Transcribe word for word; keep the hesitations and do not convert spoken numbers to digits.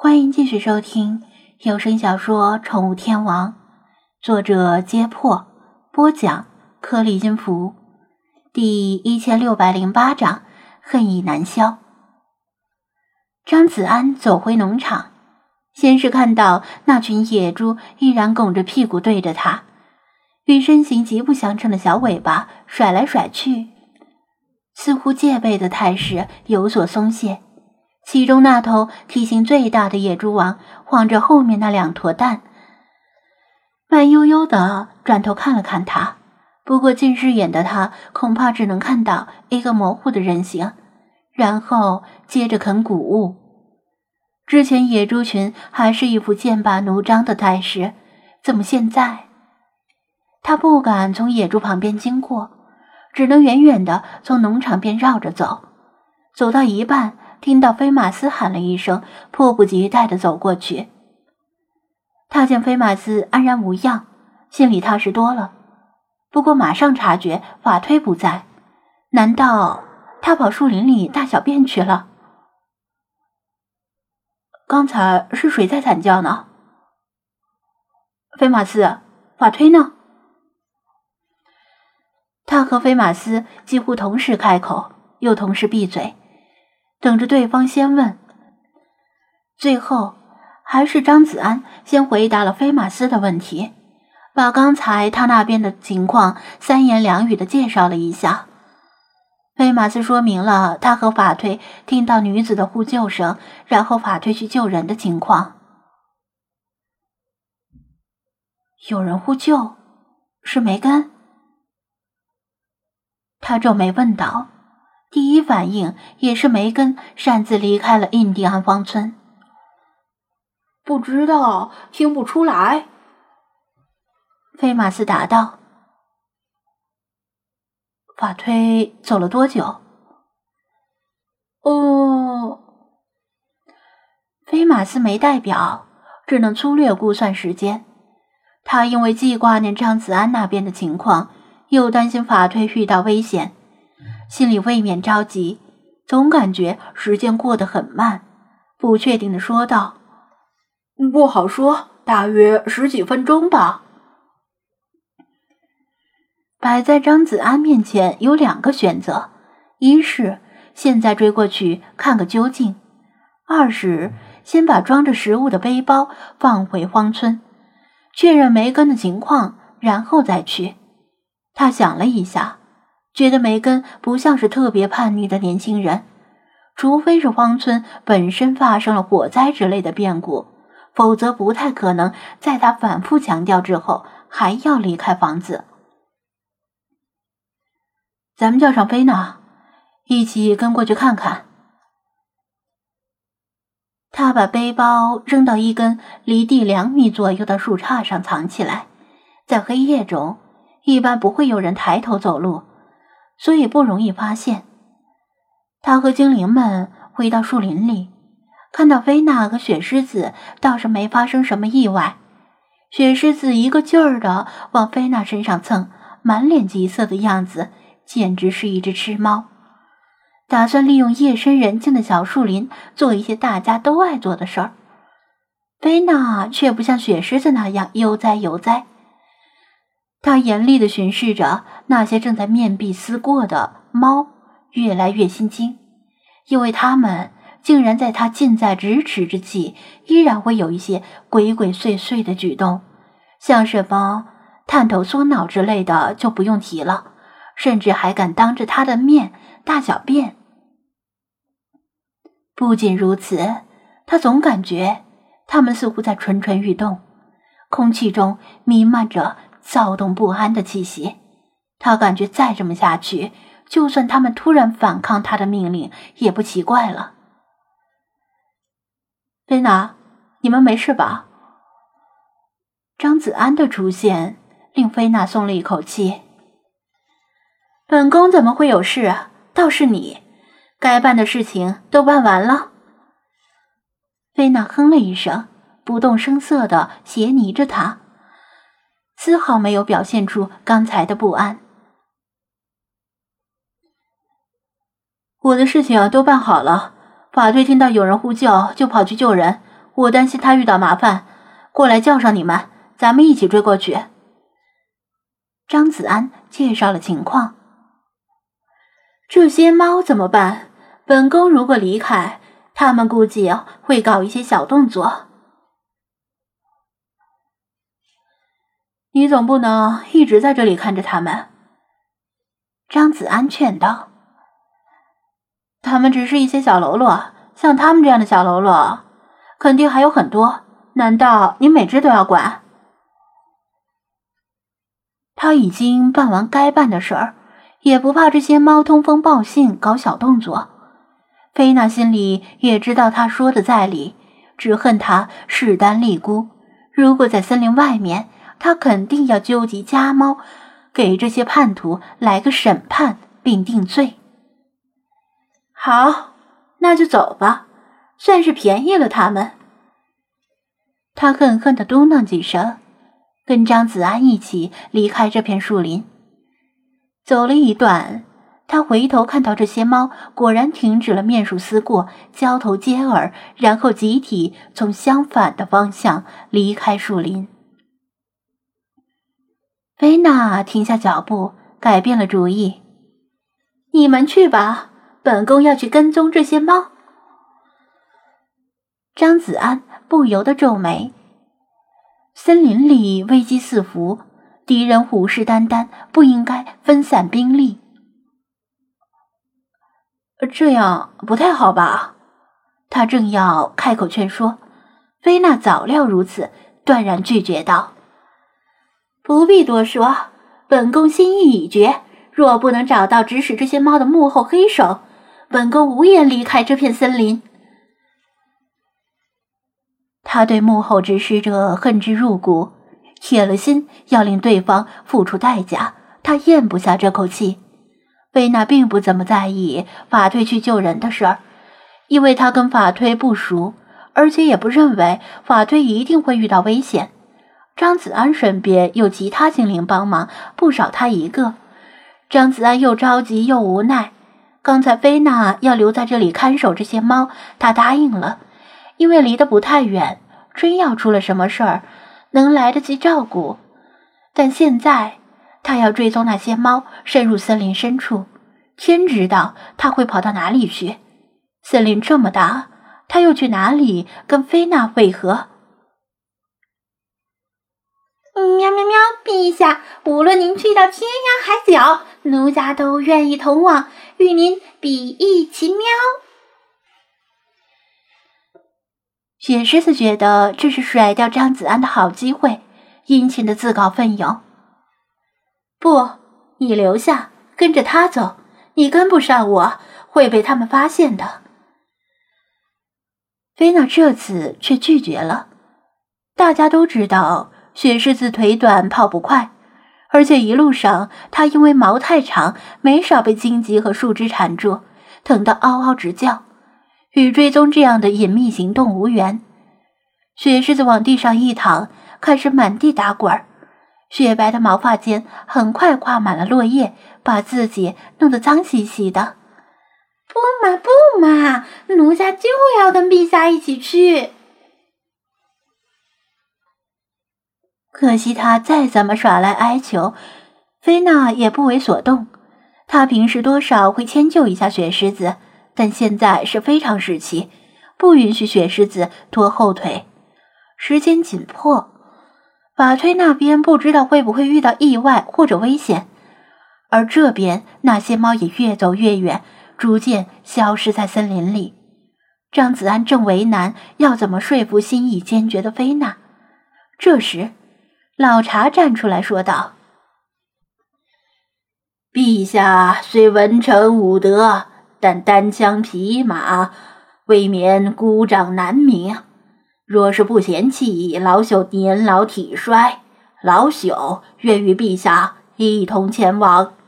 欢迎继续收听有声小说《宠物天王》，作者揭破，播讲颗粒音符，第一千六百零八章恨意难消。张子安走回农场，先是看到那群野猪依然拱着屁股对着他，与身形极不相称的小尾巴甩来甩去，似乎戒备的态势有所松懈。其中那头体型最大的野猪王晃着后面那两坨蛋，慢悠悠地转头看了看他，不过近视眼的他恐怕只能看到一个模糊的人形，然后接着啃谷物。之前野猪群还是一副剑拔弩张的态势，怎么现在？他不敢从野猪旁边经过，只能远远地从农场边绕着走。走到一半，听到菲马斯喊了一声，迫不及待地走过去。他见菲马斯安然无恙，心里踏实多了，不过马上察觉法推不在，难道他跑树林里大小便去了？刚才是谁在惨叫呢？菲马斯，法推呢？他和菲马斯几乎同时开口，又同时闭嘴，等着对方先问。最后还是张子安先回答了菲马斯的问题，把刚才他那边的情况三言两语的介绍了一下。菲马斯说明了他和法推听到女子的呼救声，然后法推去救人的情况。有人呼救？是梅根？他皱眉问道，第一反应也是梅根擅自离开了印第安荒村。 不知道，听不出来。 菲马斯答道。法推走了多久？ 哦， 菲马斯没代表，只能粗略估算时间。他因为既挂念张子安那边的情况，又担心法推遇到危险，心里未免着急，总感觉时间过得很慢，不确定地说道： 不好说，大约十几分钟吧。 摆在张子安面前有两个选择，一是现在追过去看个究竟，二是先把装着食物的背包放回荒村，确认梅根的情况，然后再去。他想了一下，觉得梅根不像是特别叛逆的年轻人，除非是荒村本身发生了火灾之类的变故，否则不太可能在他反复强调之后还要离开房子。咱们叫上菲娜，一起跟过去看看。他把背包扔到一根离地两米左右的树杈上藏起来，在黑夜中一般不会有人抬头走路，所以不容易发现。他和精灵们回到树林里，看到菲娜和雪狮子倒是没发生什么意外。雪狮子一个劲儿的往菲娜身上蹭，满脸急色的样子简直是一只吃猫，打算利用夜深人静的小树林做一些大家都爱做的事儿。菲娜却不像雪狮子那样悠哉悠哉，她严厉地巡视着那些正在面壁思过的猫，越来越心惊，因为它们竟然在她近在咫尺之际依然会有一些鬼鬼祟祟的举动，像什么探头缩脑之类的就不用提了，甚至还敢当着他的面大小便。不仅如此，他总感觉他们似乎在蠢蠢欲动，空气中弥漫着躁动不安的气息。他感觉再这么下去，就算他们突然反抗他的命令也不奇怪了。菲娜，你们没事吧？张子安的出现令菲娜松了一口气。本宫怎么会有事啊？倒是你，该办的事情都办完了。菲娜哼了一声，不动声色地斜睨着他，丝毫没有表现出刚才的不安。我的事情都办好了，法队听到有人呼救就跑去救人， 我担心他遇到麻烦，过来叫上你们，咱们一起追过去。”张子安介绍了情况。这些猫怎么办？本宫如果离开，他们估计会搞一些小动作。你总不能一直在这里看着他们。张子安劝道。他们只是一些小喽啰，像他们这样的小喽啰，肯定还有很多，难道你每只都要管？他已经办完该办的事儿，也不怕这些猫通风报信搞小动作。菲娜心里也知道他说的在理，只恨他势单力孤。如果在森林外面，他肯定要纠集家猫，给这些叛徒来个审判并定罪。好，那就走吧，算是便宜了他们。他恨恨地嘟囔几声，跟张子安一起离开这片树林。走了一段，他回头看到这些猫果然停止了面树思过，交头接耳，然后集体从相反的方向离开树林。菲娜停下脚步，改变了主意。你们去吧，本宫要去跟踪这些猫。张子安不由得皱眉。森林里危机四伏，敌人虎视眈眈，不应该分散兵力。这样不太好吧？他正要开口劝说，菲娜早料如此，断然拒绝道：“不必多说，本宫心意已决，若不能找到指使这些猫的幕后黑手，本宫无颜离开这片森林。”他对幕后指使者恨之入骨，铁了心要令对方付出代价，他咽不下这口气。菲娜并不怎么在意法推去救人的事儿，因为他跟法推不熟，而且也不认为法推一定会遇到危险。张子安身边有其他精灵帮忙，不少他一个。张子安又着急又无奈，刚才菲娜要留在这里看守这些猫，他答应了，因为离得不太远，真要出了什么事儿，能来得及照顾。但现在他要追踪那些猫，深入森林深处，天知道他会跑到哪里去。森林这么大，他又去哪里跟菲娜会合？ 喵喵喵，陛下，无论您去到天涯海角，奴家都愿意同往，与您比翼齐喵。 雪狮子觉得这是甩掉张子安的好机会，殷勤的自告奋勇。不，你留下，跟着他走，你跟不上我，会被他们发现的。菲娜这次却拒绝了。大家都知道雪狮子腿短跑不快，而且一路上它因为毛太长，没少被荆棘和树枝缠住，疼得嗷嗷直叫，与追踪这样的隐秘行动无缘。雪狮子往地上一躺，开始满地打滚儿，雪白的毛发间很快挂满了落叶，把自己弄得脏兮兮的。 不嘛不嘛，奴家就要跟陛下一起去。 可惜他再怎么耍赖哀求，菲娜也不为所动。她平时多少会迁就一下雪狮子，但现在是非常时期，不允许雪狮子拖后腿。时间紧迫，法推那边不知道会不会遇到意外或者危险，而这边那些猫也越走越远，逐渐消失在森林里。张子安正为难，要怎么说服心意坚决的菲娜。这时老茶站出来说道：“陛下虽文成武德，但单枪匹马，未免孤掌难鸣。若是不嫌弃老朽年老体衰，老朽愿与陛下一同前往。”